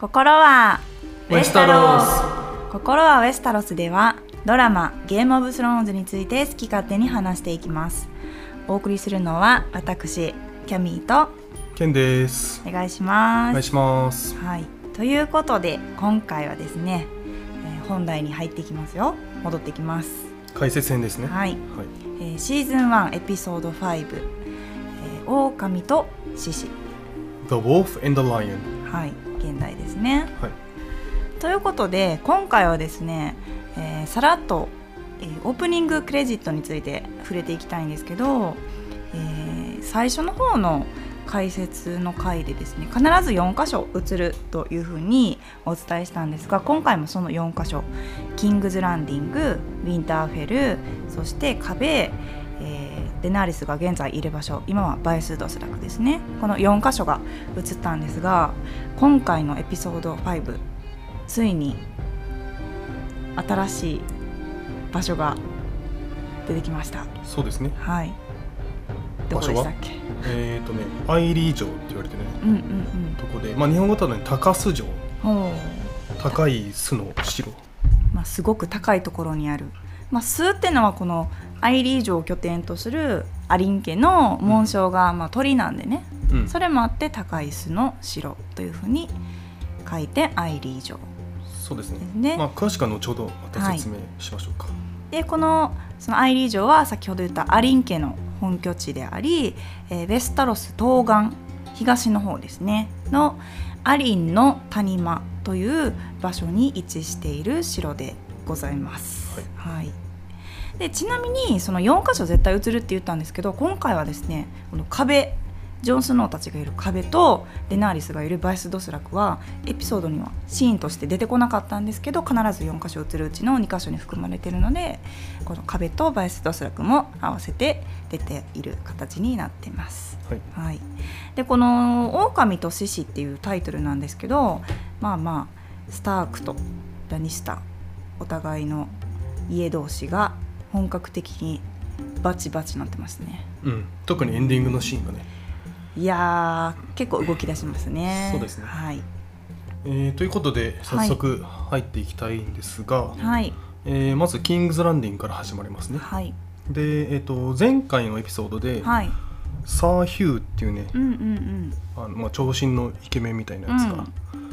心はウェスタロス。 心はウェスタロスではドラマゲームオブスローンズについて好き勝手に話していきます。お送りするのは私キャミーとケンです。 お願いします。 お願いします。 はい、ということで今回はですね、本題に入っていきますよ。戻ってきます。 解説編ですね。 はい、シーズン1エピソード5、狼と獅子 The Wolf and the Lion。 はい、現代ですね。 はい。 ということで今回はですね、さらっと、オープニングクレジットについて触れていきたいんですけど、最初の方の解説の回でですね、必ず4箇所映るというふうにお伝えしたんですが、今回もその4箇所、キングズランディング、ウィンターフェル、そして壁、デナーリスが現在いる場所、今はバイス・ドスラクですね。この4箇所が映ったんですが、今回のエピソード5、ついに新しい場所が出てきました。 そうですね。 はい。どこでしたっけ？ アイリー城って言われてね、とこで、日本語だとね、高須城、高い須の城、 すごく高いところにある、須っていうのはこのアイリー城を拠点とするアリン家の紋章が、鳥なんでね、それもあって高い須の城というふうに書いてアイリー城。 そうですね。詳しくは後ほどまた説明しましょうか。 でそのアイリー城は先ほど言ったアリン家の本拠地であり、ウェスタロス東岸、東の方ですねのアリンの谷間という場所に位置している城でございます。はい。でちなみにその4箇所絶対映るって言ったんですけど、今回はですね、この壁、ジョン・スノーたちがいる壁とデナーリスがいるバイス・ドスラクはエピソードにはシーンとして出てこなかったんですけど、必ず4箇所映るうちの2箇所に含まれているので、この壁とバイス・ドスラクも合わせて出ている形になっています。はい。でこの狼と獅子っていうタイトルなんですけど、スタークとラニスター、お互いの家同士が本格的にバチバチなってますね。 特にエンディングのシーンがね、 いやー結構動き出しますね。 そうですね。 はい。 ということで早速入っていきたいんですが、まずキングズランディングから始まりますね。で、前回のエピソードで、サーヒューっていうね、長身のイケメンみたいなやつが、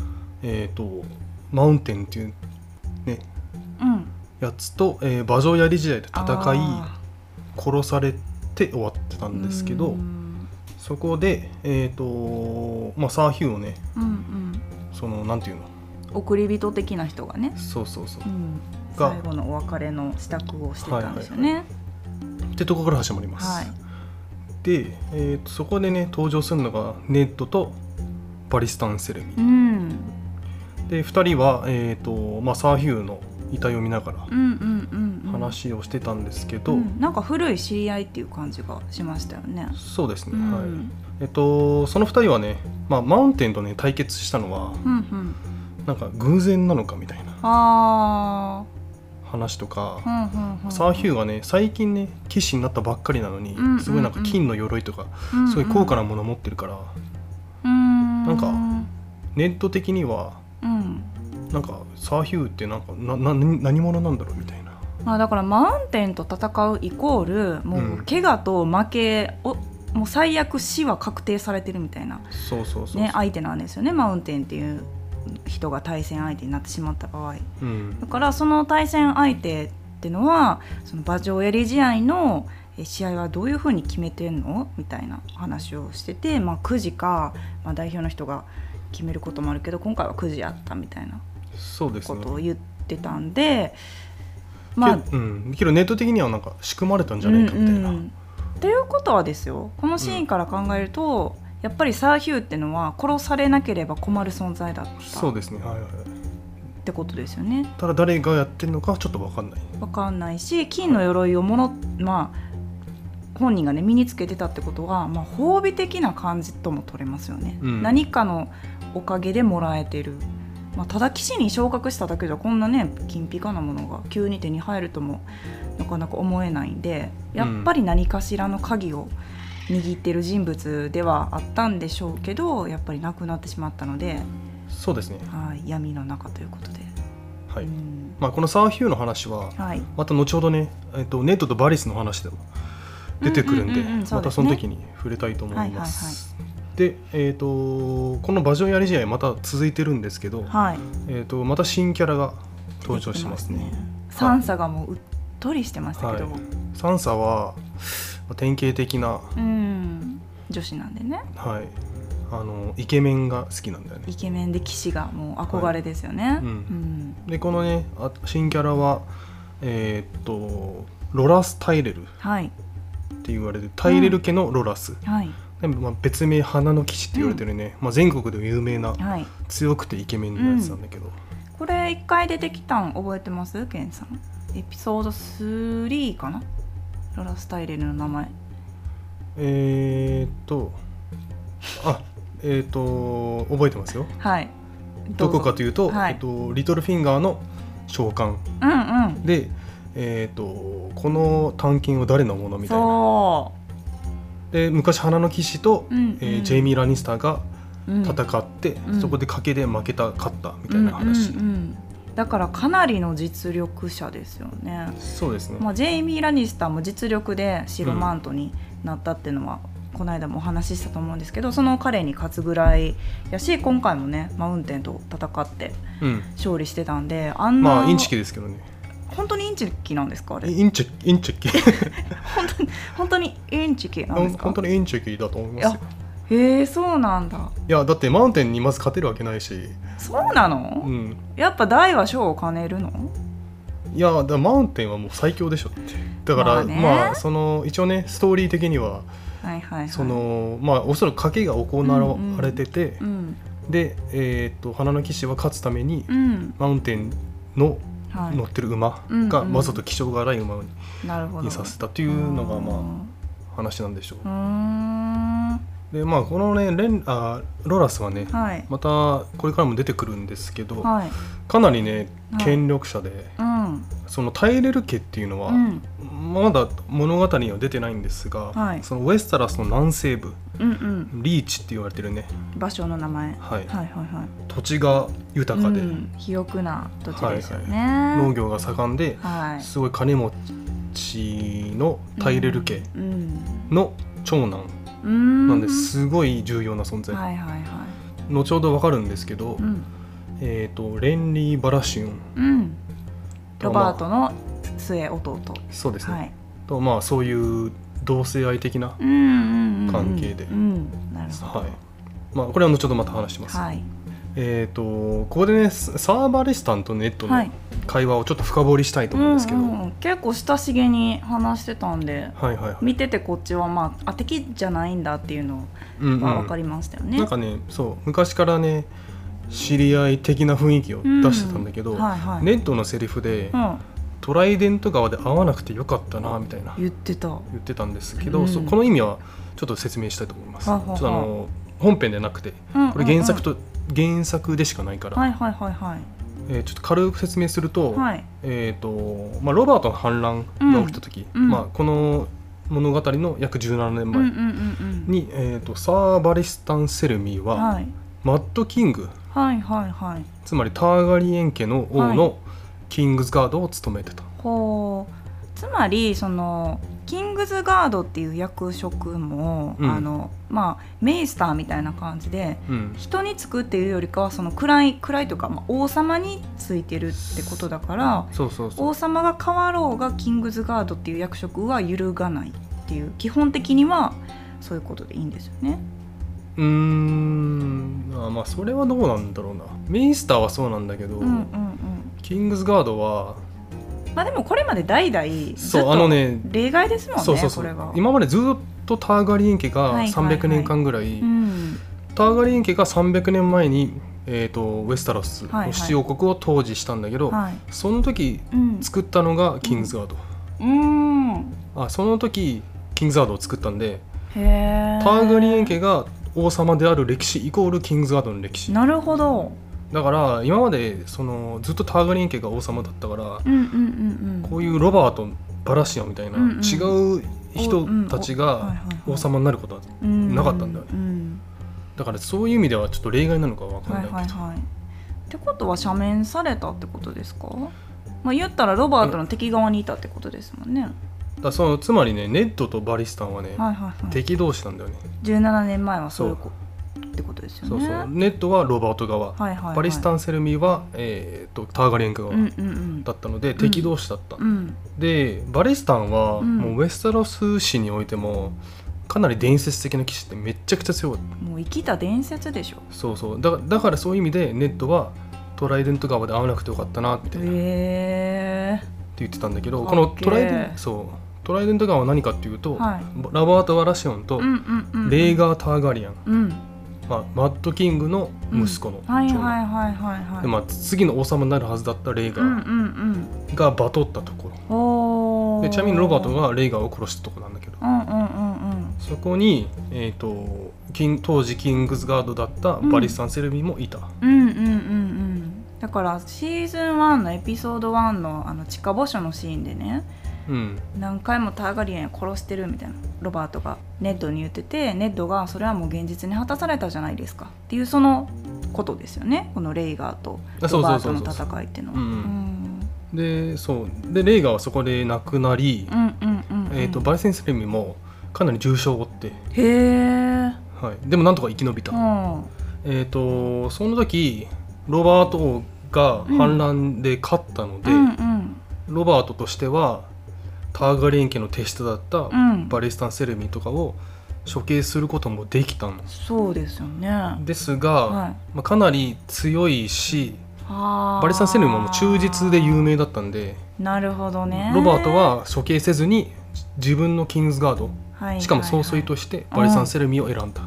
マウンテンっていうね、やつと、馬上槍時代で戦い殺されて終わってたんですけど、そこで、サーヒューをね、そのなんていうの、 送り人的な人がね、 が最後のお別れの支度をしてたんですよね。 ってとこから始まります。で、そこでね登場するのがネッドとバリスタン・セレミ、で2人は、サーヒューの遺体を見ながら話をしてたんですけど、 なんか古い知り合いっていう感じがしましたよね。 そうですね。その2人はね、マウンテンとね対決したのは、なんか偶然なのかみたいな話とか、サーヒューがね最近ね騎士になったばっかりなのに、すごいなんか金の鎧とか、すごい高価なものを持ってるから、なんかネット的には、なんかサーヒューってなんか何者なんだろうみたいな。 だからマウンテンと戦うイコールもう怪我と負けを、もう最悪死は確定されてるみたいな相手なんですよね。マウンテンっていう人が対戦相手になってしまった場合、だからその対戦相手っていうのはその馬上槍試合の試合はどういうふうに決めてんのみたいな話をしてて、くじか、代表の人が決めることもあるけど、今回はくじやったみたいなことを言ってたんで、 けどネット的にはなんか仕組まれたんじゃないかみたいな。 っていうことはですよ、このシーンから考えると、やっぱりサーヒューってのは殺されなければ困る存在だった。 そうですね。 ってことですよね。 ただ誰がやってるのかちょっと分かんないし、金の鎧を本人がね身につけてたってことは、褒美的な感じとも取れますよね。何かのおかげでもらえてる。ただ騎士に昇格しただけじゃこんなね金ピカなものが急に手に入るともなかなか思えないんで、やっぱり何かしらの鍵を握ってる人物ではあったんでしょうけど、やっぱり亡くなってしまったので、 そうですね、 はい、闇の中ということで、 はい、まあ、このサーヒューの話は、はい、また後ほどね、ネットとバリスの話でも出てくるんで、またその時に触れたいと思います。で、この馬上やり試合また続いてるんですけど、はい、また新キャラが登場しますね。 サンサがもううっとりしてましたけど、はい、 サンサは典型的な、 女子なんでね、 はい、イケメンが好きなんだよね。 イケメンで騎士がもう憧れですよね、はい、 でこのね新キャラは、ロラス・タイレルって言われる、タイレル家のロラス、はい、でまあ、別名花の騎士って言われてるね、まあ、全国でも有名な、はい、強くてイケメンのやつなんだけど、 これ1回出てきたん覚えてます？ケンさん。エピソード3かな、ロラス・タイレルの名前。 覚えてますよ。はい。どこかというと、はい、リトルフィンガーの召喚、で、この探検は誰のものみたいな。で昔花の騎士と、ジェイミー・ラニスターが戦って、そこで賭けで勝ったみたいな話、 だからかなりの実力者ですよね。 そうですね、 まあ、ジェイミー・ラニスターも実力で白マントになったっていうのは、この間もお話ししたと思うんですけど、その彼に勝つぐらいやし、今回もねマウンテンと戦って勝利してたんで、あんな、 まあインチキですけどね。 本当にインチキなんですかあれ？ インチキ本当にインチキなんですか？ 本当にインチキだと思いますよ。 へえ、そうなんだ。 いやだってマウンテンにまず勝てるわけないし。 そうなの？やっぱ大は小を兼ねるの？ いやだマウンテンはもう最強でしょって。だからまあその一応ねストーリー的には、そのまあおそらく賭けが行われてて、で花の騎士は勝つために、マウンテンの乗ってる馬がわざと気性が荒い馬にさせたというのがまあ話なんでしょう。でまあこのねロラスはね、またこれからも出てくるんですけど、かなりね権力者で、そのタイレル家っていうのは、まだ物語には出てないんですが、そのウェスタラスの南西部、リーチって言われてるね場所の名前、 土地が豊かで、 肥沃な土地ですよね。 農業が盛んで、すごい金持ちのタイレル家の長男なんですごい重要な存在、後ほど分かるんですけど、レンリー・バラシュン、 ロバートの末弟、 そうですね、とまあそういう同性愛的な関係で、まあこれは後ほどまた話します。ここでねサーバリスタンとネットの会話をちょっと深掘りしたいと思うんですけど、 結構親しげに話してたんで、見ててこっちはまあ敵じゃないんだっていうのは分かりましたよね。 なんかねそう昔からね知り合い的な雰囲気を出してたんだけど、ネットのセリフで、トライデント川で会わなくてよかったなみたいな言ってたんですけど、この意味はちょっと説明したいと思います。ちょっと本編でなくて、これ原作でしかないから、ちょっと軽く説明すると、まあ、ロバートの反乱が起きた時、まあ、この物語の約17年前にサーバリスタン・セルミーは、マッドキング、つまりターガリエン家の王のキングズガードを務めてた。 つまりそのキングズガードっていう役職も、まあ、メイスターみたいな感じで、人につくっていうよりかはその位というか、まあ、王様についてるってことだから、王様が変わろうがキングズガードっていう役職は揺るがないっていう、基本的にはそういうことでいいんですよね。 まあそれはどうなんだろうな。メイスターはそうなんだけど、キングズガードはまあでもこれまで代々ずっと例外ですもんね。これが今までずっとターガリエン家が300年間ぐらい、ターガリエン家が300年前に、ウェスタロスの七王国を統治したんだけど、その時作ったのがキングズガード、その時キングズガードを作ったんで、ターガリエン家が王様である歴史イコールキングズガードの歴史。 なるほど。 だから今までそのずっとターガリエン家が王様だったから、こういうロバート・バラシオンみたいな、違う人たちが王様になることはなかったんだよね。だからそういう意味ではちょっと例外なのかは分からないけど、 ってことは赦免されたってことですか？まあ、言ったらロバートの敵側にいたってことですもんね。 つまりね、ネッドとバリスタンはね、 はいはいはい、 敵同士なんだよね。 17年前はそういうってことですよね。 そうそう、ネッドはロバート側、 はいはいはい、 バリスタン・セルミは、ターガリエン側だったので、敵同士だった、でバリスタンは、もうウェスタロス史においてもかなり伝説的な騎士ってめちゃくちゃ強い。 もう生きた伝説でしょ。 そうそう、だからそういう意味でネッドはトライデント側で会わなくてよかったなみたいな、って言ってたんだけど、このトライデント側は何かっていうと、はい、ラバート・ワラシオンとレーガー・ターガリアン、マッドキングの息子の長男で、次の王様になるはずだったレーガーがバトったところ、でちなみにロバートがレーガーを殺したところなんだけど、そこに、当時キングズガードだったバリスタン・セルミもいた。 だからシーズン1のエピソード1の地下墓所のシーンでね、何回もターガリエン殺してるみたいなロバートがネッドに言ってて、ネッドがそれはもう現実に果たされたじゃないですかっていうそのことですよね、このレイガーとロバートの戦いっていうのは。 でレイガーはそこで亡くなり、バリスタン・セルミもかなり重傷を負って、でもなんとか生き延びた。その時ロバート王が反乱で勝ったので、ロバートとしてはターガリエン家の手下だったバリスタン・セルミとかを処刑することもできたの。 そうですよね。 ですが、かなり強いし、バリスタン・セルミも忠実で有名だったんで、 なるほどね、 ロバートは処刑せずに自分のキングズガード、しかも総帥としてバリスタン・セルミを選んだ。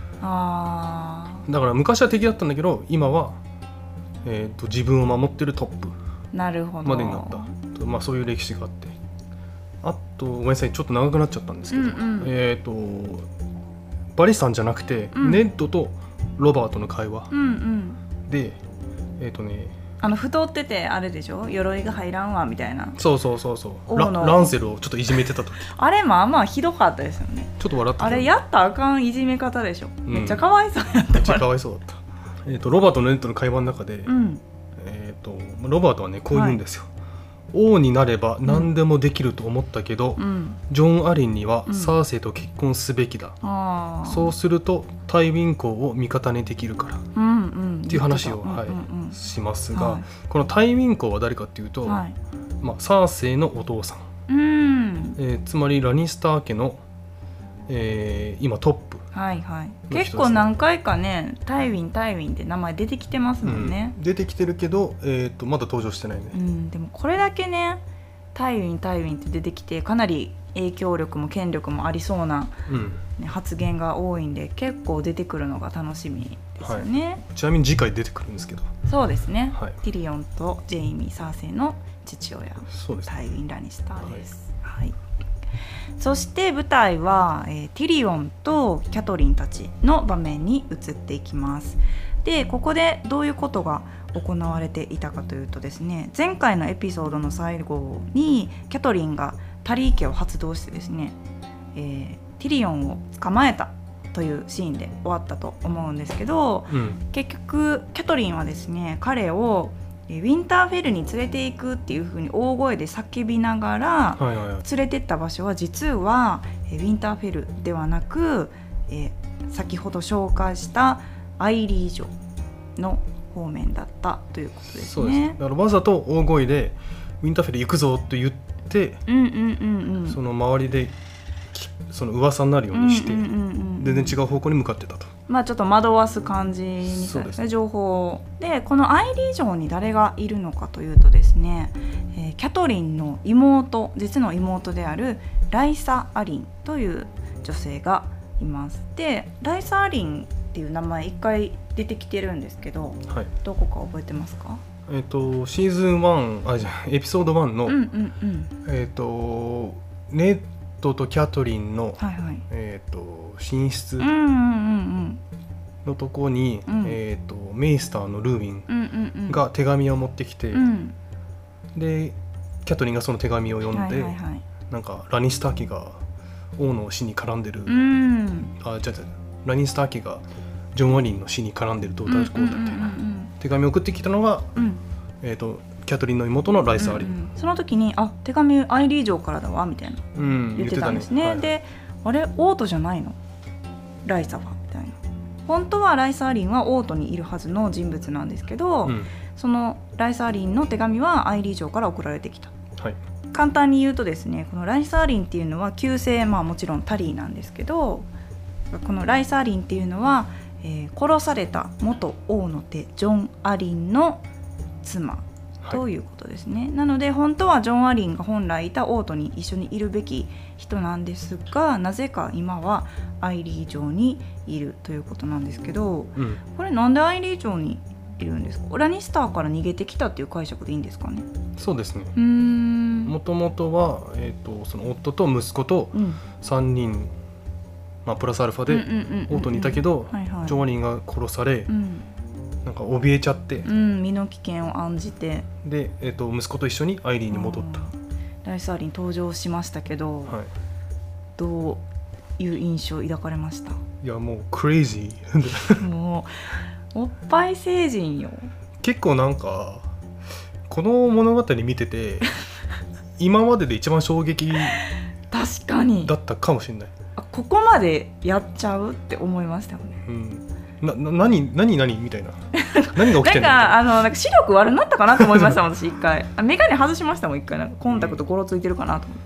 だから昔は敵だったんだけど、今は自分を守ってるトップまでになった。そういう歴史があって、あとごめんなさい、ちょっと長くなっちゃったんですけど、バリスタンじゃなくて、ネッドとロバートの会話、で太っててあれでしょ、鎧が入らんわみたいな。 そうランセルをちょっといじめてた時あれまあまあひどかったですよね。 ちょっと笑ってた。 あれやったらあかんいじめ方でしょ、めっちゃかわいそうやった。 めっちゃかわいそうだった。ロバートとネッドの会話の中で、ロバートはねこう言うんですよ、王になれば何でもできると思ったけど、ジョン・アリンにはサーセイと結婚すべきだ、そうするとタイウィン公を味方にできるから、っていう話を、しますが、このタイウィン公は誰かっていうと、サーセイのお父さん、つまりラニスター家の、今トップ、結構何回かねタイウィンって名前出てきてますもんね、 出てきてるけど、まだ登場してないね、 でもこれだけねタイウィンって出てきてかなり影響力も権力もありそうな、発言が多いんで結構出てくるのが楽しみですよね、 ちなみに次回出てくるんですけど、 そうですね、ティリオンとジェイミー・サーセイの父親、タイウィン・ラニスターです、そして舞台は、ティリオンとキャトリンたちの場面に移っていきます。でここでどういうことが行われていたかというとですね、前回のエピソードの最後にキャトリンがタリー家を発動してですね、ティリオンを捕まえたというシーンで終わったと思うんですけど、結局キャトリンはですね彼をウィンターフェルに連れていくっていう風に大声で叫びながら連れてった場所は実はウィンターフェルではなく、先ほど紹介したアイリー城の方面だったということですね。 そうです。だからわざと大声でウィンターフェル行くぞと言って、その周りでその噂になるようにして、全然違う方向に向かってたと。 ちょっと惑わす感じにしたんですね、情報で。このアイリー城に誰がいるのかというとですね、キャトリンの妹、実の妹であるライサ・アリンという女性がいます。でライサ・アリンっていう名前一回出てきてるんですけど、どこか覚えてますか？ シーズン1エピソード1の、ネッドとキャトリンの、寝室のとこに、メイスターのルービンが手紙を持ってきて、でキャトリンがその手紙を読んで、なんかラニスター家が王の死に絡んでる、ラニスター家がジョン・アリンの死に絡んでるどうだこうだみたいな手紙を送ってきたのが、キャトリンの妹のライサ・アリン、 その時に手紙アイリー城からだわみたいな、言ってたんですね。であれオートじゃないのライサはみたいな。本当はライサ・アリンはオートにいるはずの人物なんですけど、そのライサ・アリンの手紙はアイリー城から送られてきた、簡単に言うとですね、このライサ・アリンっていうのは旧姓、もちろんタリーなんですけど、このライサ・アリンっていうのは、殺された元王の手ジョン・アリンの妻ということですね。なので本当はジョン・アリンが本来いたオートに一緒にいるべき人なんですが、なぜか今はアイリー城にいるということなんですけど、これなんでアイリー城にいるんですか？ラニスターから逃げてきたっていう解釈でいいんですかね？ そうですね。もともとは、その夫と息子と3人、プラスアルファでオートにいたけど、ジョン・アリンが殺され、なんか怯えちゃって、 身の危険を案じてで、息子と一緒にアイリーに戻った。 ライサ・アリン登場しましたけど、どういう印象を抱かれました？ いやもうクレイジーもうおっぱい星人よ。 結構なんかこの物語見てて今までで一番衝撃確かにだったかもしれない。 ここまでやっちゃうって思いましたよね。 何みたいな何が起きてんのなんか視力悪くなったかなと思いました私一回眼鏡外しましたもん一回。なんかコンタクトゴロついてるかなと思って、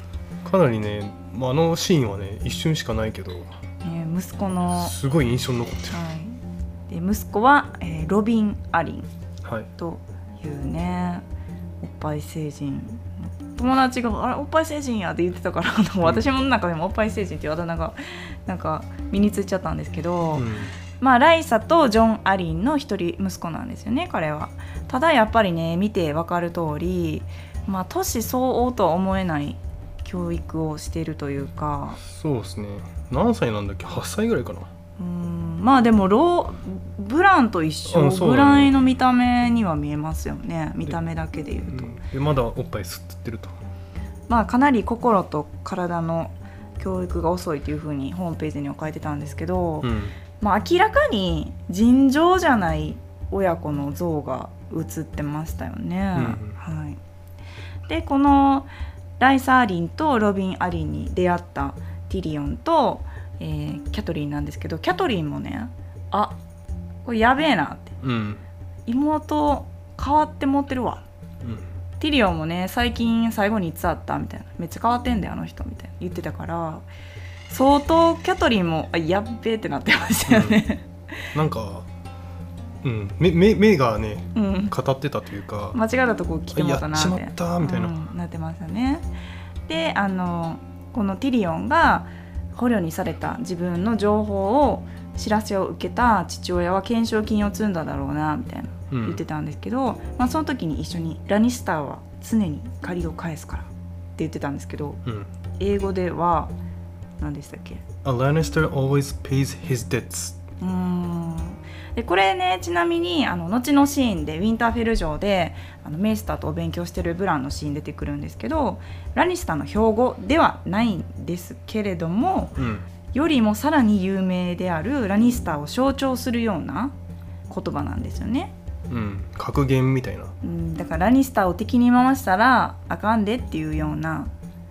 かなりね、あのシーンはね一瞬しかないけど、 息子のすごい印象に残ってる、で息子は、ロビン・アリンというね、おっぱい星人。友達があれおっぱい星人やって言ってたから、私の中でもおっぱい星人っていうあだ名がなんか身についちゃったんですけど、ライサとジョン・アリンの一人息子なんですよね彼は。ただやっぱりね見て分かる通り、年相応とは思えない教育をしているというか。 そうですね。何歳なんだっけ？8歳ぐらいかな。 でもブランと一緒ぐらいの見た目には見えますよね。見た目だけでいうと、 でまだおっぱい吸ってると、 かなり心と体の教育が遅いというふうにホームページには書いてたんですけど、明らかに尋常じゃない親子の像が写ってましたよね。でこのライサ・アリンとロビン・アリンに出会ったティリオンとキャトリンなんですけど、キャトリンもねこれやべえなって、妹変わって持ってるわ、ティリオンもね最近最後にいつ会ったみたいな、めっちゃ変わってんだよあの人みたいな言ってたから、相当キャトリンもやっべえってなってましたよね、 なんか、目がね、語ってたというか、 間違ったとこ来てもたなってやっちまったみたいな、 なってましたね。でこのティリオンが捕虜にされた自分の情報を知らせを受けた父親は懸賞金を積んだだろうなみたいな言ってたんですけど、その時に一緒にラニスターは常に借りを返すからって言ってたんですけど、英語では何でしたっけ？ A Lannister always pays his debts。 でこれね、ちなみに後のシーンでウィンターフェル城でメイスターとお勉強してるブランのシーン出てくるんですけど、ラニスターの標語ではないんですけれども、よりもさらに有名であるラニスターを象徴するような言葉なんですよね。 格言みたいな、 だからラニスターを敵に回したらあかんでっていうような、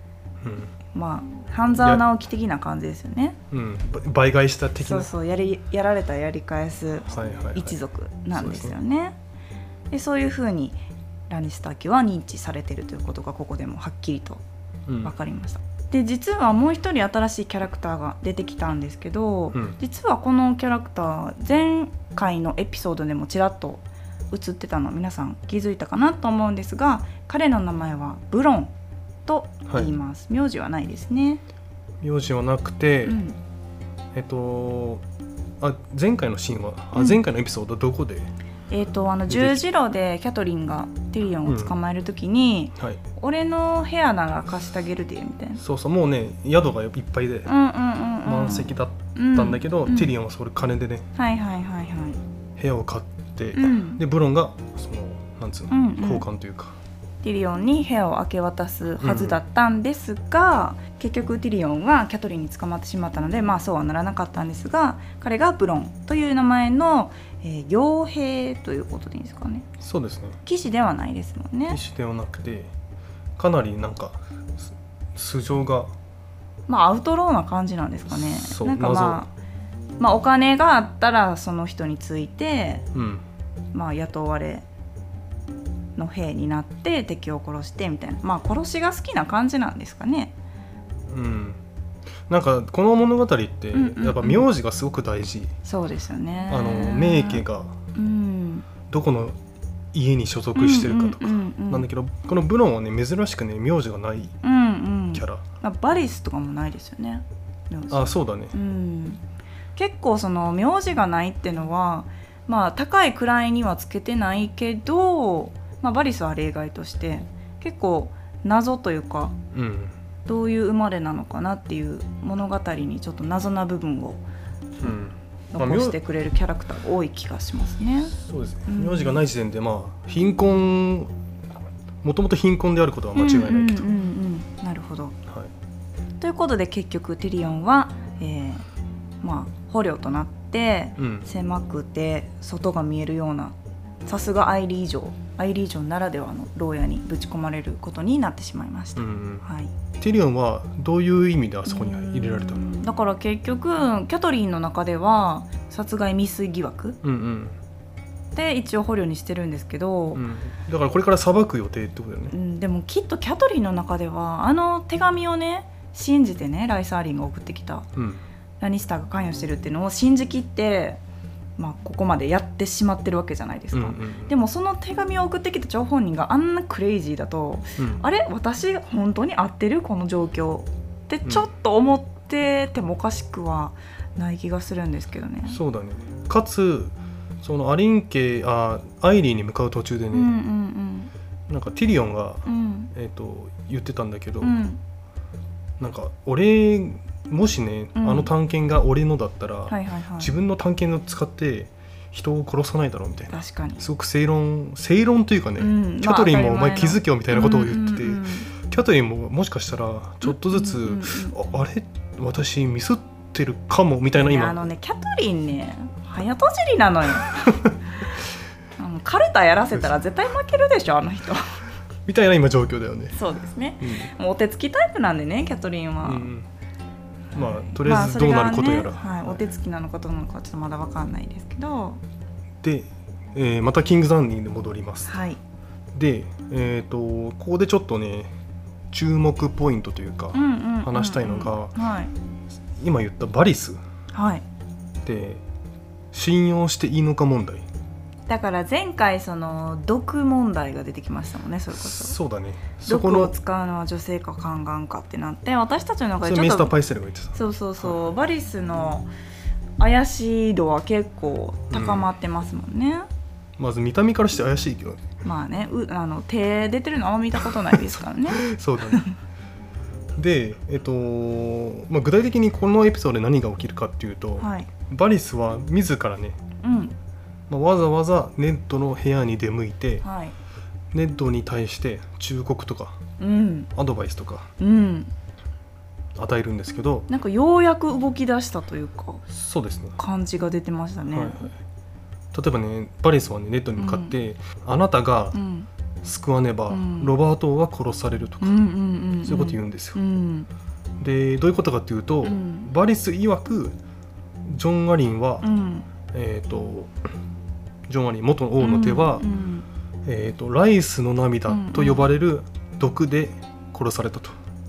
半沢直樹的な感じですよね。 倍返した的な。 そうやられたらやり返す一族なんですよね。そういうふうにラニスター家は認知されているということがここでもはっきりと分かりました。で実はもう一人新しいキャラクターが出てきたんですけど、実はこのキャラクター前回のエピソードでもちらっと映ってたの皆さん気づいたかなと思うんですが、彼の名前はブロンと言います。名字はないですね。 名字はなくて、前回のシーンは、前回のエピソードどこで？ 十字路でキャトリンがティリオンを捕まえるときに、俺の部屋なら貸してあげるでみたいな。そうもうね宿がいっぱいで満席だったんだけど、ティリオンはそれ金でね、部屋を買って、でブロンがそのなんつうの、交換というかティリオンに部屋を明け渡すはずだったんですが、結局ティリオンはキャトリンに捕まってしまったので、そうはならなかったんですが、彼がブロンという名前の、 傭兵ということでいいんですかね。 そうですね。 騎士ではないですもんね。 騎士ではなくてかなりなんか素性がアウトローな感じなんですかね。 そうなんかお金があったらその人について、雇われの兵になって敵を殺してみたいな、殺しが好きな感じなんですかね。 なんかこの物語ってやっぱ名字がすごく大事。 そうですよね。 名家がどこの家に所属してるかとかなんだけど、このブロンはね珍しくね名字がないキャラ、 バリスとかもないですよね。 そうだね、 結構その名字がないっていうのは高い位にはつけてないけど、バリスは例外として結構謎というか、どういう生まれなのかなっていう物語にちょっと謎な部分を残してくれるキャラクターが多い気がしますね。 そうですね。名字がない時点で貧困、もともと貧困であることは間違いないけど、 なるほど、ということで結局ティリオンは、捕虜となって、狭くて外が見えるような、さすがアイリー城ならではの牢屋にぶち込まれることになってしまいました。 ティリオンはどういう意味であそこに入れられたの？ だから結局キャトリンの中では殺害未遂疑惑、で一応捕虜にしてるんですけど、 だからこれから裁く予定ってことだよね。 でもきっとキャトリンの中ではあの手紙をね信じてね、ライサーリンが送ってきた、ラニスターが関与してるっていうのを信じきって、ここまでやってしまってるわけじゃないですか。でもその手紙を送ってきた張本人があんなクレイジーだと、あれ私本当に合ってるこの状況ってちょっと思っててもおかしくはない気がするんですけどね。 そうだね。かつそのアイリーに向かう途中でね、なんかティリオンが、言ってたんだけど、なんか俺もしね、あの探検が俺のだったら、自分の探検を使って人を殺さないだろうみたいな。確かにすごく正論というかね、キャトリンもお前気づけよみたいなことを言ってて、キャトリンももしかしたらちょっとずつ、あれ私ミスってるかもみたいな。今キャトリンね早とちりなのよカルタやらせたら絶対負けるでしょあの人みたいな今状況だよね。 そうですね、もうお手つきタイプなんでねキャトリンは、 とりあえずどうなることやら、 お手つきなのかどうなのかちょっとまだ分かんないですけど、 で、またキングザンに戻ります。で、ここでちょっとね注目ポイントというか話したいのが、今言ったバリスで信用していいのか問題。 だから前回その毒問題が出てきましたもんね。それこそそうだね。 毒を使うのは女性か宦官かってなって、私たちの中でちょっとメスターパイステルが言ってた。 そう、バリスの怪しい度は結構高まってますもんね。 まず見た目からして怪しいけどね。手出てるのあんま見たことないですからねそうだね。で、具体的にこのエピソードで何が起きるかっていうと、バリスは自らね、わざわざネットの部屋に出向いて、ネットに対して忠告とか、アドバイスとか、与えるんですけど、 なんかようやく動き出したというか、 そうですね、 感じが出てましたね。 例えばね、バリスはねネットに向かって、あなたが救わねば、ロバートは殺されるとか、そういうこと言うんですよ。でどういうことかっていうと、バリス曰くジョン・アリンは、ジョン・アリン元王の手は、ライスの涙と呼ばれる毒で殺されたと。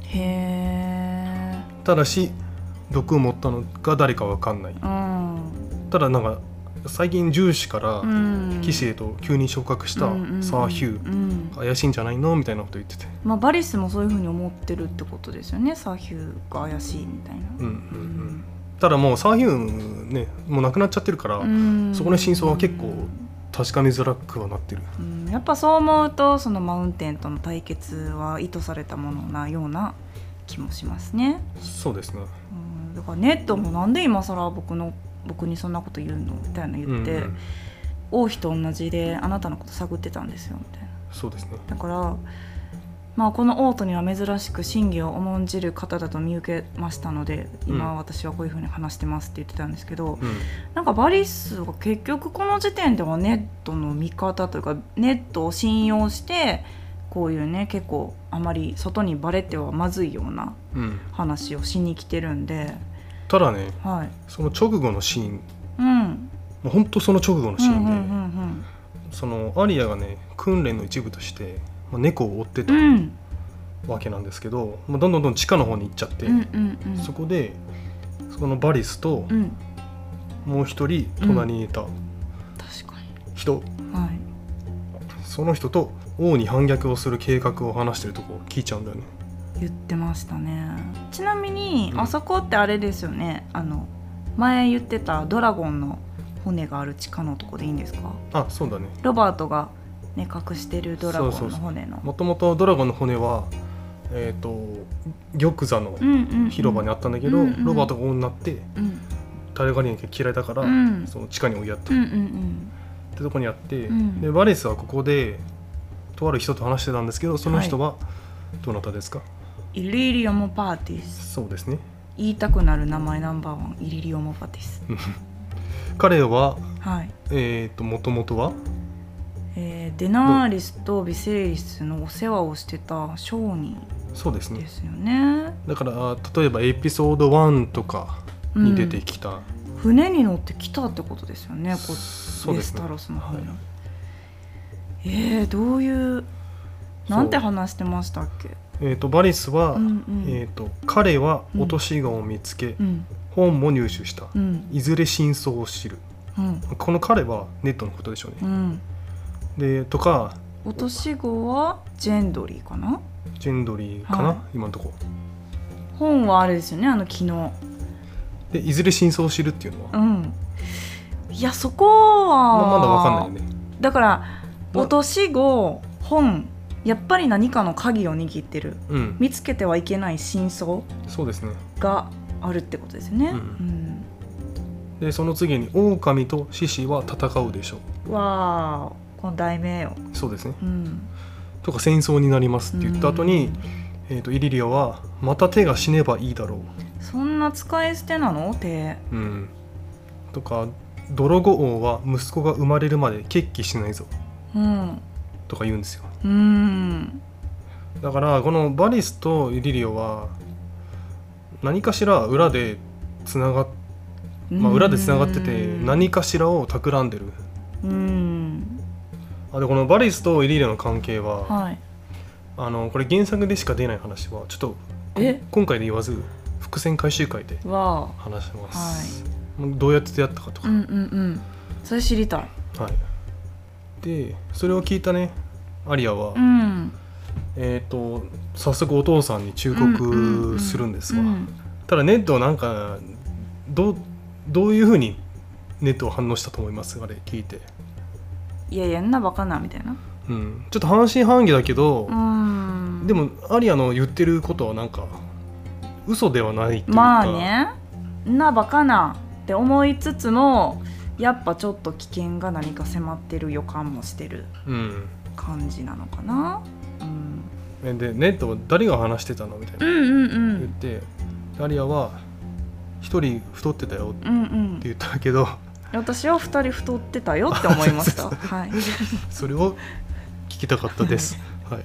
ただし毒を持ったのが誰か分かんない。ただなんか最近銃士から騎士へと急に昇格したサー・ヒュー、怪しいんじゃないのみたいなこと言ってて、 バリスもそういうふうに思ってるってことですよね。サー・ヒューが怪しいみたいな。 ただもうサー・ヒューねもう亡くなっちゃってるから、そこの真相は結構確かめづらくはなってる。 やっぱそう思うとそのマウンテンとの対決は意図されたものなような気もしますね。 そうですね。 だからネットもなんで今更僕にそんなこと言うのみたいな言って、王妃と同じであなたのこと探ってたんですよみたいな。 そうですね。 だからまあ、このオートには珍しく真偽を重んじる方だと見受けましたので、今私はこういうふうに話してますって言ってたんですけど、なんかバリスは結局この時点ではネットの見方というかネットを信用してこういうね結構あまり外にバレてはまずいような話をしに来てるんで、 ただね、 はい、 その直後のシーン、もう本当その直後のシーンで、そのアリアがね訓練の一部として猫を追ってたわけなんですけど、どんどん地下の方に行っちゃって、そこでそのバリスともう一人隣にいた人、その人と王に反逆をする計画を話してるとこ聞いちゃうんだよね。 言ってましたね。ちなみに、あそこってあれですよね、前言ってたドラゴンの骨がある地下のとこでいいんですか？ あ、そうだね。 ロバートがね、隠してるドラゴンの骨の。 もともとドラゴンの骨は、玉座の広場にあったんだけど、ロバートが王になって、タルガリエン家嫌いだから、その地下に追いやった、ってとこにあって、でバリスはここでとある人と話してたんですけど、その人はどなたですか？ イリリオモパーティス。 そうですね。 言いたくなる名前ナンバーワン、イリリオモパーティス。 彼は、 はい、 もともとはデナーリスとビセイリスのお世話をしてた商人ですよね。 だから例えばエピソード1とかに出てきた、 船に乗ってきたってことですよね、 そうですね、 ベスタロスの方に。どういうなんて話してましたっけ？ バリスは、彼は落とし子を見つけ、本も入手した、いずれ真相を知る、この彼はネットのことでしょうね、でとか落とし子はジェンドリーかな、 今のとこ本はあれですよね、昨日でいずれ真相を知るっていうのは、 いやそこは、 まだ分かんないよね。 だから落とし子本やっぱり何かの鍵を握ってる、見つけてはいけない真相があるってことですよね。 でその次に狼と獅子は戦うでしょう。 わあ、この題名よ。 そうですね、とか戦争になりますって言った後に、イリリアはまた手が死ねばいいだろう。 そんな使い捨てなの手、 とかドロゴ王は息子が生まれるまで決起しないぞ、とか言うんですよ。だからこのバリスとイリリオは何かしら裏でつながってて何かしらを企んでる。でこのバリスとイリリオの関係は、これ原作でしか出ない話はちょっと今回で言わず伏線回収会で話します、どうやって出会ったかとか、 それ知りたい。 でそれを聞いたねアリアは、早速お父さんに忠告するんですわ。ただネットはなんかどういうふうにネットを反応したと思います？あれ聞いて。 いやいやんなバカなみたいな、 ちょっと半信半疑だけど、でもアリアの言ってることはなんか嘘ではないっていうか、 まあね、なバカなって思いつつもやっぱちょっと危険が何か迫ってる予感もしてる感じなのかな。 でネットは誰が話してたのみたいな言って、アリアは一人太ってたよって言ったけど、 私は2人太ってたよって思いましたそれを聞きたかったです、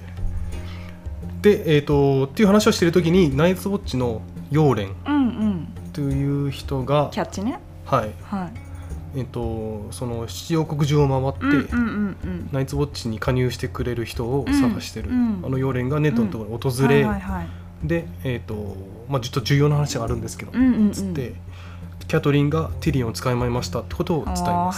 で、っていう話をしてる時にナイツウォッチのヨーレンという人がキャッチね、 その七王国中を回って、ナイツウォッチに加入してくれる人を探してる、ヨーレンがネットのところに訪れ、で、ちょっと重要な話があるんですけど、つってキャトリンがティリオンを捕まえましたってことを伝えます。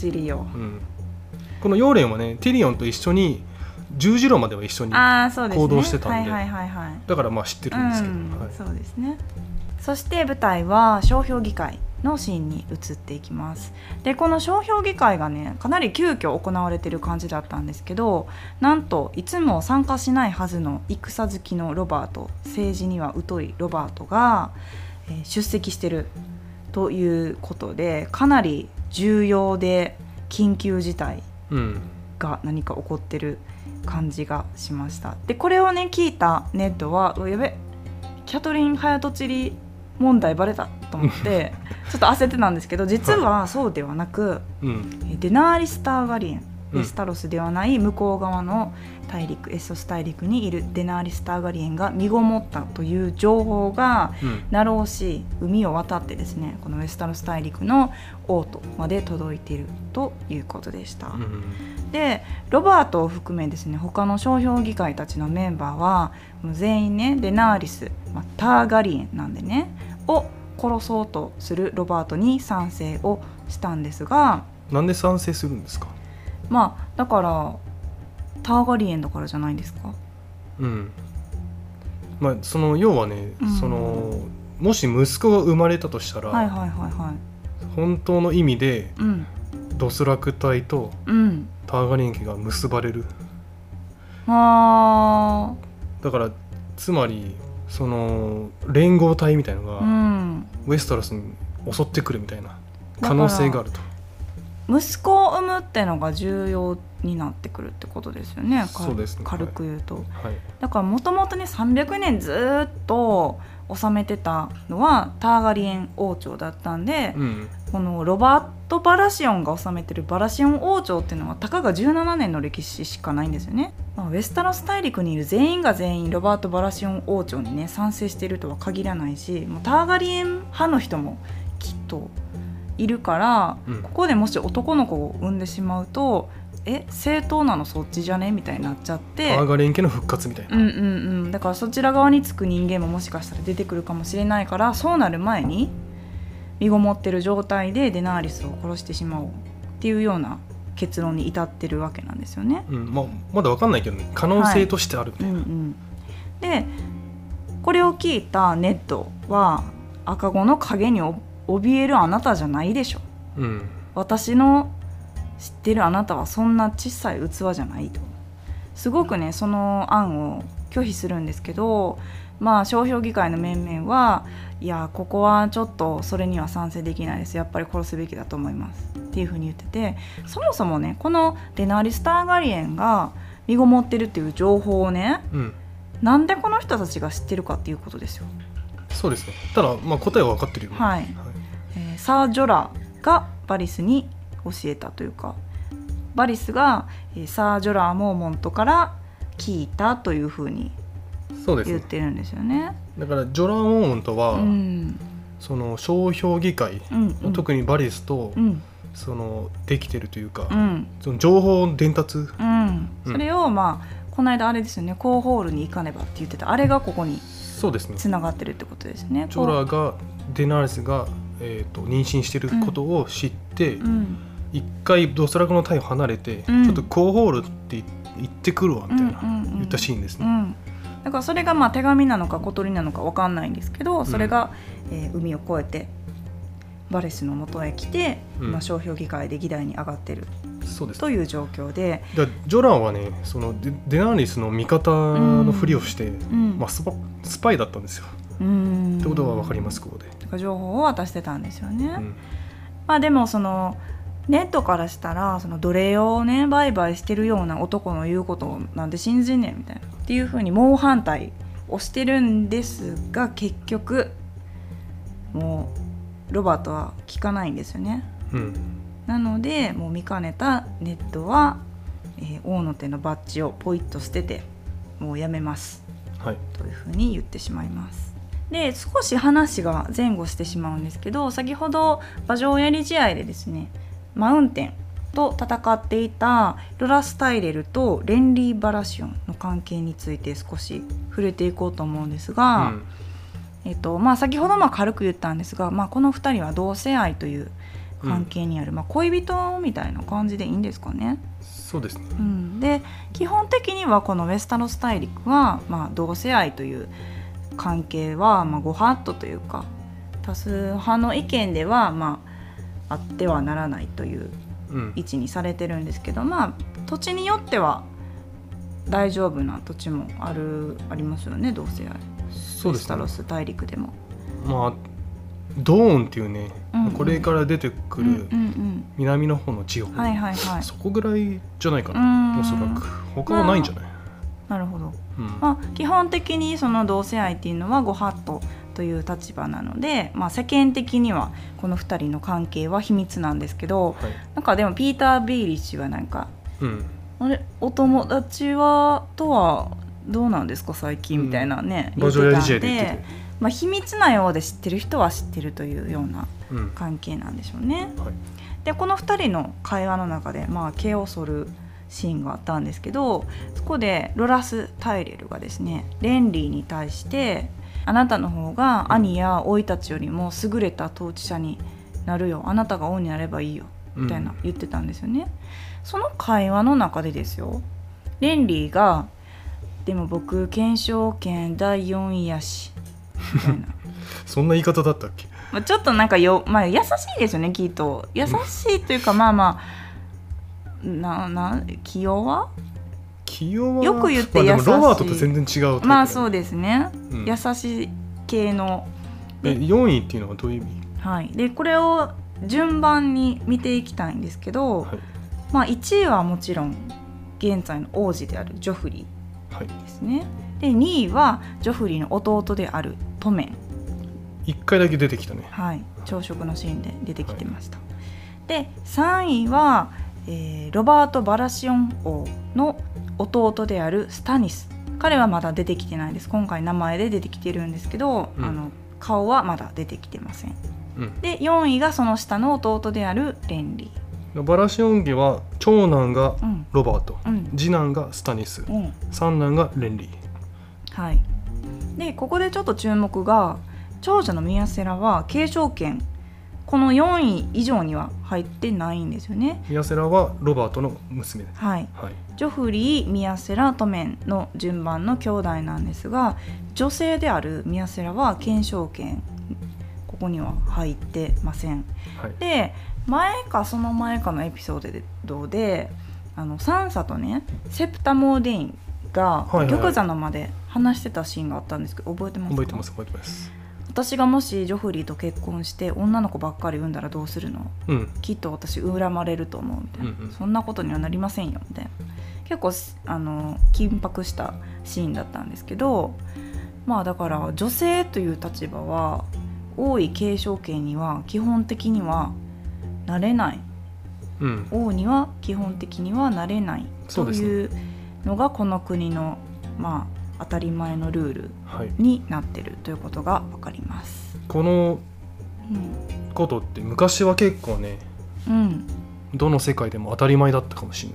このヨーレンはねティリオンと一緒に十字路までは一緒に行動してたんで、だから知ってるんですけど、 そうですね。そして舞台は商標議会のシーンに移っていきます。でこの商標議会がねかなり急遽行われてる感じだったんですけど、なんといつも参加しないはずの戦好きのロバート、政治には疎いロバートが、出席してるということでかなり重要で緊急事態が何か起こってる感じがしました。でこれをね聞いたネットはやべキャトリン早とちり問題バレたと思ってちょっと焦ってたんですけど、実はそうではなく、デナーリス・ターガリエン、ウェスタロスではない向こう側の大陸エッソス大陸にいるデナーリス・ターガリエンが身ごもったという情報が、ナローシー海を渡ってですねこのウェスタロス大陸の王都まで届いているということでした。でロバートを含めですね他の商標議会たちのメンバーは全員ねデナーリス、ターガリエンなんでねを殺そうとするロバートに賛成をしたんですが、 なんで賛成するんですか？ だからターガリエンだからじゃないですか。 その要はね、そのもし息子が生まれたとしたら、本当の意味で、ドスラク隊とターガリエン家が結ばれる。だからつまりその連合体みたいなのが、ウェスタロスに襲ってくるみたいな可能性があると。 息子を産むってのが重要になってくるってことですよね。 そうですね、 軽く言うと、だからもともとね300年ずっと治めてたのはターガリエン王朝だったんで、このロバート・バラシオンが治めてるバラシオン王朝っていうのはたかが17年の歴史しかないんですよね。ウェスタロス大陸にいる全員が全員ロバート・バラシオン王朝にね賛成しているとは限らないし、もうターガリエン派の人もきっといるから、ここでもし男の子を産んでしまうと正当なのそっちじゃねみたいになっちゃって、 ターガリエン家の復活みたいな、 だからそちら側につく人間ももしかしたら出てくるかもしれないから、そうなる前に身ごもってる状態でデナーリスを殺してしまおうっていうような結論に至ってるわけなんですよね。 まだ分かんないけど、ね、可能性としてあるみたいな、 でこれを聞いたネットは赤子の影に怯えるあなたじゃないでしょ、私の知ってるあなたはそんな小さい器じゃないと、すごくねその案を拒否するんですけど、商標議会の面々はいやここはちょっとそれには賛成できないです、やっぱり殺すべきだと思いますっていうふうに言ってて、そもそもねこのデナーリス・ターガリエンが身ごもってるっていう情報をね、なんでこの人たちが知ってるかっていうことですよ。 そうですね。ただ答えは分かってるよね。 サー・ジョラがバリスに教えたというか、バリスがサー・ジョラー・モーモントから聞いたというふうに言ってるんですよね。 だからジョラー・モーモントは、その商標議会、特にバリスと、そのできてるというか、その情報伝達、 それをこの間あれですよね、コーホールに行かねばって言ってたあれがここにつながってるってことですね。 ジョラーがデナーリスが妊娠してることを知って、一回ドスラクの隊を離れて、ちょっとコーホールって言ってくるわみたいな、言ったシーンですね。 だからそれが手紙なのか小鳥なのか分かんないんですけど、それが、海を越えてバレスの元へ来て、商標議会で議題に上がってるという状況で、 ジョラーはねそのデナーリスの味方のふりをして、スパイだったんですよ。ってことは分かります。ここで情報を渡してたんですよね。でもそのネットからしたらその奴隷をね売買してるような男の言うことをなんで信じんねんみたいなっていう風に猛反対をしてるんですが、結局もうロバートは聞かないんですよね。なのでもう見かねたネットは、王の手のバッジをポイッと捨ててもうやめます、という風に言ってしまいます。で少し話が前後してしまうんですけど、先ほど馬上やり試合でですねマウンテンと戦っていたロラス・タイレルとレンリー・バラシオンの関係について少し触れていこうと思うんですが、先ほど軽く言ったんですが、この2人は同性愛という関係にある、恋人みたいな感じでいいんですかね。 そうですね、 で基本的にはこのウェスタロス大陸は、同性愛という関係はご法度というか多数派の意見ではあってはならないという位置にされてるんですけど、土地によっては大丈夫な土地もありますよね、同性愛。 そうですね。 ウェスタロス大陸でもドーンっていうね、 これから出てくる南の方の地方、そこぐらいじゃないかな、おそらく他はないんじゃない？ なるほど、基本的にその同性愛っていうのはご法度という立場なので、世間的にはこの2人の関係は秘密なんですけど、なんかでもピーター・ベイリッシュはなんか、あれお友達はとはどうなんですか最近みたいなね、 言ってたんで、 秘密なようで知ってる人は知ってるというような関係なんでしょうね。でこの2人の会話の中で、毛を剃るシーンがあったんですけど、そこでロラス・タイレルがですね、レンリーに対してあなたの方が兄や甥たちよりも優れた統治者になるよ、あなたが王になればいいよみたいな言ってたんですよね。その会話の中でですよ、レンリーがでも僕懸賞権第4位やしみたいなそんな言い方だったっけ？ ちょっとなんか優しいですよね、きっと優しいというか、気弱よく言って優しい、 でもロバートと全然違うタイプだね。 そうですね、優しい系の 4位っていうのはどういう意味？ でこれを順番に見ていきたいんですけど、1位はもちろん現在の王子であるジョフリーですね、で2位はジョフリーの弟であるトメン、 1回だけ出てきたね。 朝食のシーンで出てきてました、で3位は、ロバート・バラシオン王の弟であるスタニス、彼はまだ出てきてないです。今回名前で出てきてるんですけど、顔はまだ出てきてません、で4位がその下の弟であるレンリー。バラシオン家は長男がロバート、次男がスタニス、三男がレンリー。 でここでちょっと注目が、長女のミヤセラは継承権この4位以上には入ってないんですよね。 ミヤセラはロバートの娘です。 ジョフリー、ミヤセラ、トメンの順番の兄弟なんですが、女性であるミヤセラは継承権ここには入ってません、で前かその前かのエピソードでサンサとねセプタ・モーデインが玉座の間で話してたシーンがあったんですけど、覚えてますか？ 覚えてます。 私がもしジョフリーと結婚して女の子ばっかり産んだらどうするの、きっと私恨まれると思うみたいな、そんなことにはなりませんよみたいな、結構緊迫したシーンだったんですけど、だから女性という立場は王位継承権には基本的にはなれない、王には基本的にはなれないというのがこの国の当たり前のルールになってるということが分かります、 このことって昔は結構ね、どの世界でも当たり前だったかもしれない。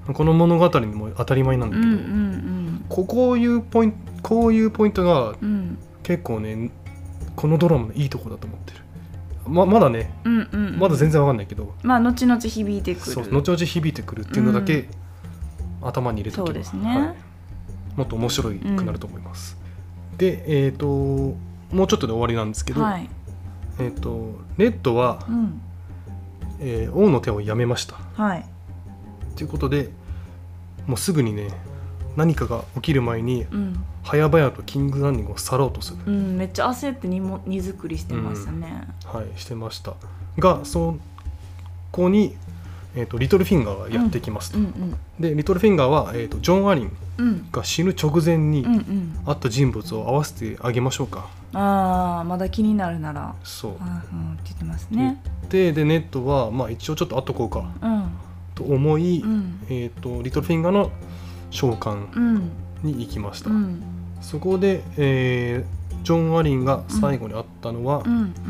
この物語にも当たり前なんだけど、こういうポイントが結構ね、このドラマのいいとこだと思ってる。まだね、まだ全然わかんないけど、 後々響いてくる、 後々響いてくるっていうのだけ、頭に入れておけば、 そうですね、 もっと面白くなると思います、で、もうちょっとで終わりなんですけど、レッドは、王の手をやめました、ということでもうすぐにね、何かが起きる前に、早々とキングランディングを去ろうとする、 めっちゃ焦って荷造りしてましたね、 してましたが、そこに、リトルフィンガーがやってきますと、でリトルフィンガーは、ジョン・アリンが死ぬ直前に会った人物を会わせてあげましょうか、 まだ気になるならそう、って言ってますね。 でネットは、一応ちょっと会っとこうか、と思い、リトルフィンガーの召喚に行きました、そこで、ジョン・アリンが最後に会ったのは、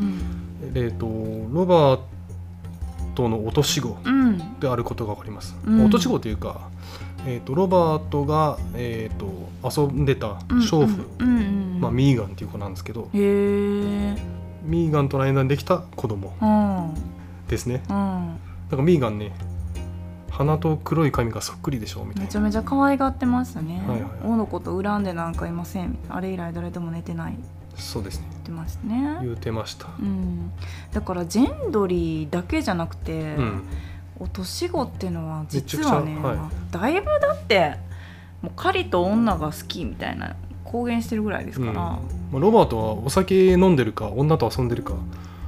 ロバートの落とし子であることが分かります、落とし子というか、ロバートが、遊んでた娼婦、ミーガンっていう子なんですけど、ミーガンとの間にできた子供ですね、なんかミーガンね、鼻と黒い髪がそっくりでしょみたいな、 めちゃめちゃ可愛がってましたね、王のこと恨んでなんかいません、あれ以来誰とも寝てない、 そうですね、 言ってましたね、 言ってました、 だからジェンドリーだけじゃなくて、落とし子っていうのは実はね、だいぶだってもう狩りと女が好きみたいな公言してるぐらいですから、 ロバートはお酒飲んでるか女と遊んでるか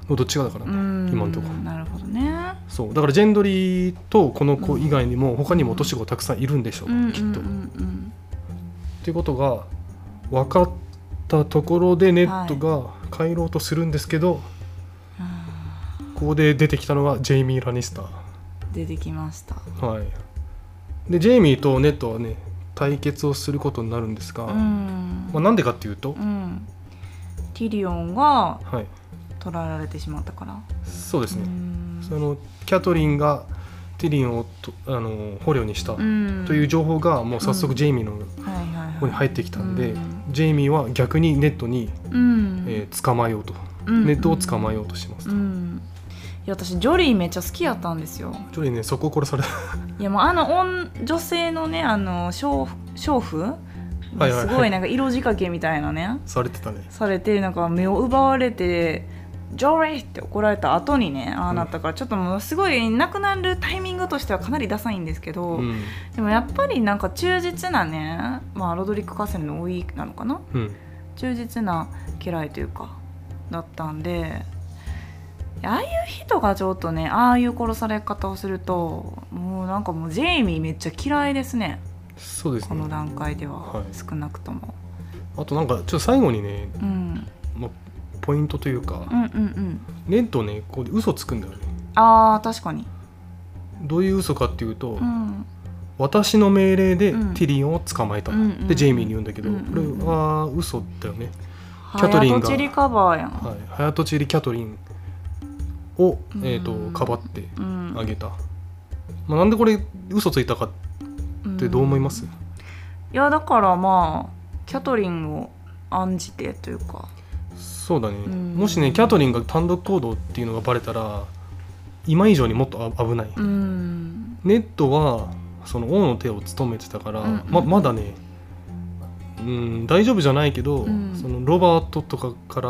のどっちがだからね、今のところ。 なるほどね。 そうだからジェンドリーとこの子以外にも他にも落とし子たくさんいるんでしょう、きっと。っていうことが分かったところでネットが帰ろうとするんですけど、ここで出てきたのがジェイミー・ラニスター。 出てきました。 はい。でジェイミーとネットはね対決をすることになるんですが、なんでかっていうと、 ティリオンが捕らえられてしまったから。 そうですね。そのキャトリンがティリオンを捕虜にしたという情報がもう早速ジェイミーの方に入ってきたんで、ジェイミーは逆にネットに、捕まえようと、ネットを捕まえようとしますと。 いや私ジョリーめっちゃ好きやったんですよ。 ジョリーね、そこ殺された。 いやもう女性のね娼婦すごいなんか色仕掛けみたいなね、 されてたね。 されてなんか目を奪われてジョリーって怒られた後にねああなったから、ちょっともうすごい亡くなるタイミングとしてはかなりダサいんですけど、でもやっぱりなんか忠実なね、ロドリック・カセルの甥なのかな、忠実な家来というかだったんで、ああいう人がちょっとねああいう殺され方をするともうなんかもうジェイミーめっちゃ嫌いですね。 そうですね、 この段階では、少なくとも。 あとなんかちょっと最後にね、ポイントというか、ネットねここで嘘つくんだよね。 あー確かに。 どういう嘘かっていうと、私の命令でティリオンを捕まえた、でジェイミーに言うんだけど、これは嘘だよね。 キャトリンがハヤトチリカバーやん。 ハヤトチリキャトリンを、かばってあげた。なんでこれ嘘ついたかってどう思います？ いやだからキャトリンを案じてというか。 そうだね、もしねキャトリンが単独行動っていうのがバレたら今以上にもっと危ない。ネットはその王の手を務めてたから、まだね、大丈夫じゃないけど、そのロバートとかから、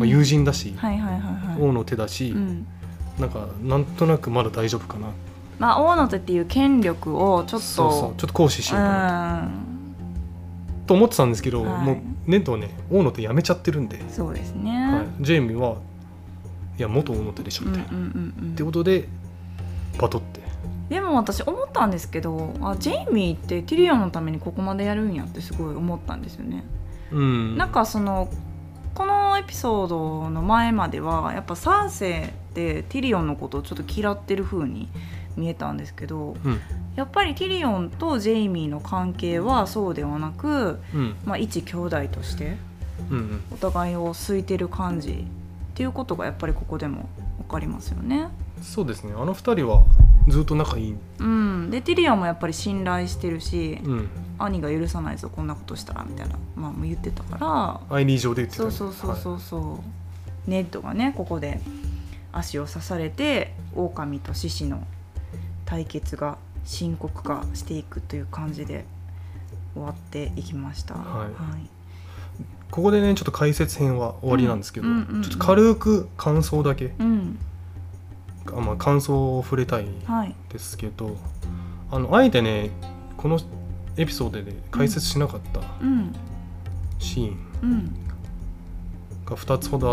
友人だし、王の手だし、なんとなくまだ大丈夫かな。 王の手っていう権力をちょっとちょっと行使しようかなと思ってたんですけど、もうネットはね王の手やめちゃってるんで。 そうですね、 ジェイミーはいや元王の手でしょみたいな、ってことでバトって。 でも私思ったんですけど、ジェイミーってティリオンのためにここまでやるんやってすごい思ったんですよね。なんかこのエピソードの前まではやっぱサーセイってティリオンのことをちょっと嫌ってる風に見えたんですけど、やっぱりティリオンとジェイミーの関係はそうではなく、一兄弟としてお互いを好いてる感じっていうことがやっぱりここでも分かりますよね。 そうですね、あの二人はずっと仲いい。 でティリオンもやっぱり信頼してるし、兄が許さないぞこんなことしたらみたいな、もう言ってたから、 アイリー上で言ってた、ね、 ネットがねここで足を刺されて狼と獅子の対決が深刻化していくという感じで終わっていきました。 ここでねちょっと解説編は終わりなんですけど、ちょっと軽く感想だけ、感想を触れたいんですけど、あえてねこのエピソードで解説しなかったシーンが2つほどあって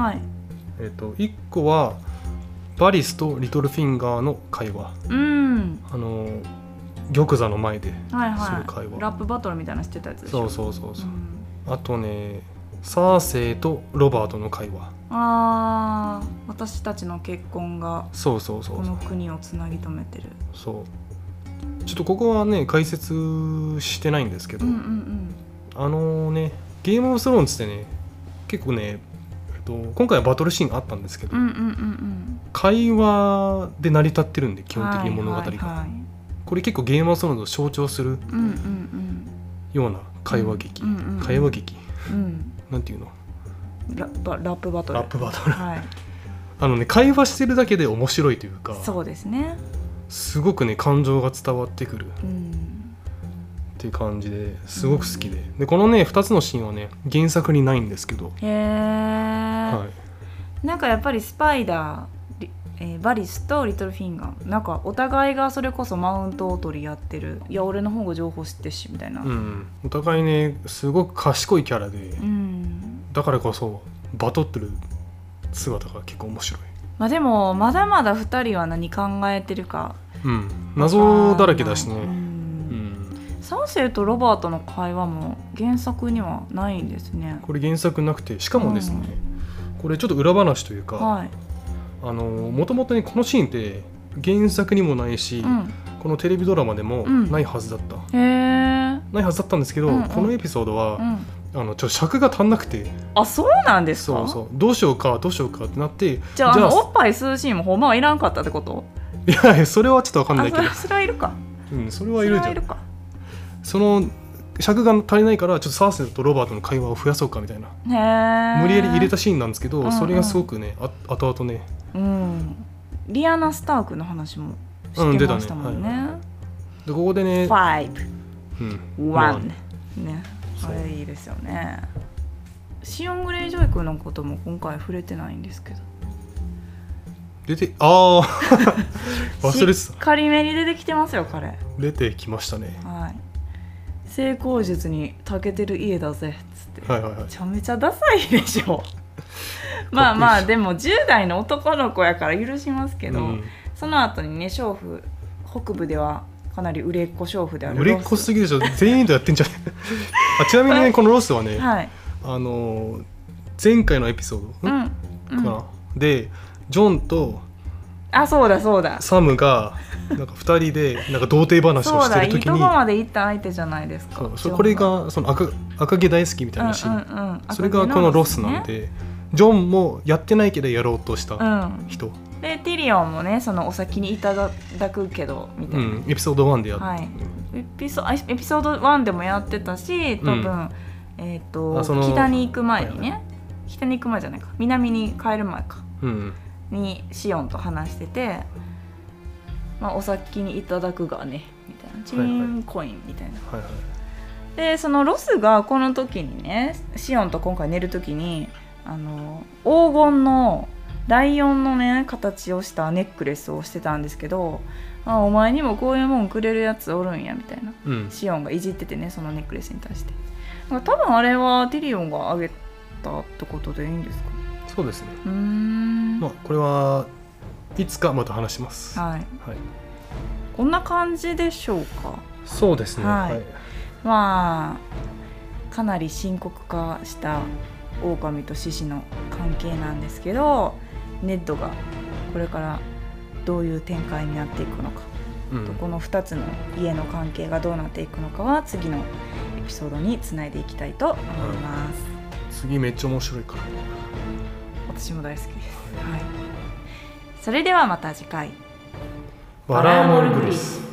、1個はバリスとリトルフィンガーの会話、玉座の前でする会話、 ラップバトルみたいなしてたやつでしょ。 そう、あとねサーセイとロバートの会話、 私たちの結婚がこの国をつなぎ止めてる。 ちょっとここはね解説してないんですけど、ゲームオブスローンズってね結構ね、今回はバトルシーンあったんですけど、会話で成り立ってるんで基本的に物語が、これ結構ゲームオブスローンズを象徴するような会話劇、なんていうの、 ラップバトル、 会話してるだけで面白いというか、 そうですね、 すごくね感情が伝わってくるっていう感じですごく好きで、このね2つのシーンはね原作にないんですけど、 なんかやっぱりスパイダー、バリスとリトルフィンガーなんかお互いがそれこそマウントを取り合ってる、いや俺の方が情報知ってるしみたいな、 お互いねすごく賢いキャラで、だからこそバトってる姿が結構面白い。 まあでもまだまだ2人は何考えてるか、 謎だらけだしね。 サンセイとロバートの会話も原作にはないんですね。 これ原作なくて、しかもですね、これちょっと裏話というか、もともとねこのシーンって原作にもないし、このテレビドラマでもないはずだった、ないはずだったんですけど、このエピソードは、尺が足んなくて。 あ、そうなんですか。 どうしようかってなって、 じゃあおっぱい吸うシーンもほんまはいらんかったってこと？ いやそれはちょっと分かんないけど。 それはいるか。 それはいるじゃん。その尺が足りないから、ちょっとサーセイとロバートの会話を増やそうかみたいな、無理やり入れたシーンなんですけど、それがすごくね後々ね、 リアナ・スタークの話もしてましたもんね。 でここでね 5、1ね、あれいいですよね。シオン・グレイジョイ君のことも今回触れてないんですけど、 忘れてた。 しっかりめに出てきてますよ彼。 出てきましたね。 成功術に長けてる家だぜっつって、めちゃめちゃダサいでしょ。まあまあでも10代の男の子やから許しますけど、その後にね、娼婦北部ではかなり売れっ子娼婦であるロス。 売れっ子すぎでしょ。全員とやってんじゃないちなみにね、このロスはね、前回のエピソードかな、でジョンとそうだサムがなんか2人でなんか童貞話をしてる時に、いいとこまで行った相手じゃないですか。 これがその赤毛大好きみたいなシーン、それがこのロスなんで、ジョンもやってないけどやろうとした人、 でティリオンもね、そのお先にいただくけどみたいな、 エピソード1でやって、 エピソード1でもやってたし、多分、北に行く前にね、北に行く前じゃないか、南に帰る前か、にシオンと話してて、お先にいただくがねみたいな、チーンコインみたいな、でそのロスがこの時にね、シオンと今回寝る時に黄金のライオンのね形をしたネックレスをしてたんですけど、お前にもこういうもんくれるやつおるんやみたいな、シオンがいじっててね、そのネックレスに対して。多分あれはティリオンがあげたってことでいいんですか？ そうですね。これはいつかまた話します。こんな感じでしょうか。 そうですね。 まあかなり深刻化した狼と獅子の関係なんですけど、ネッドがこれからどういう展開になっていくのか、この2つの家の関係がどうなっていくのかは次のエピソードにつないでいきたいと思います。 次めっちゃ面白いから。 私も大好きです。それではまた次回。 バラーモルグリス。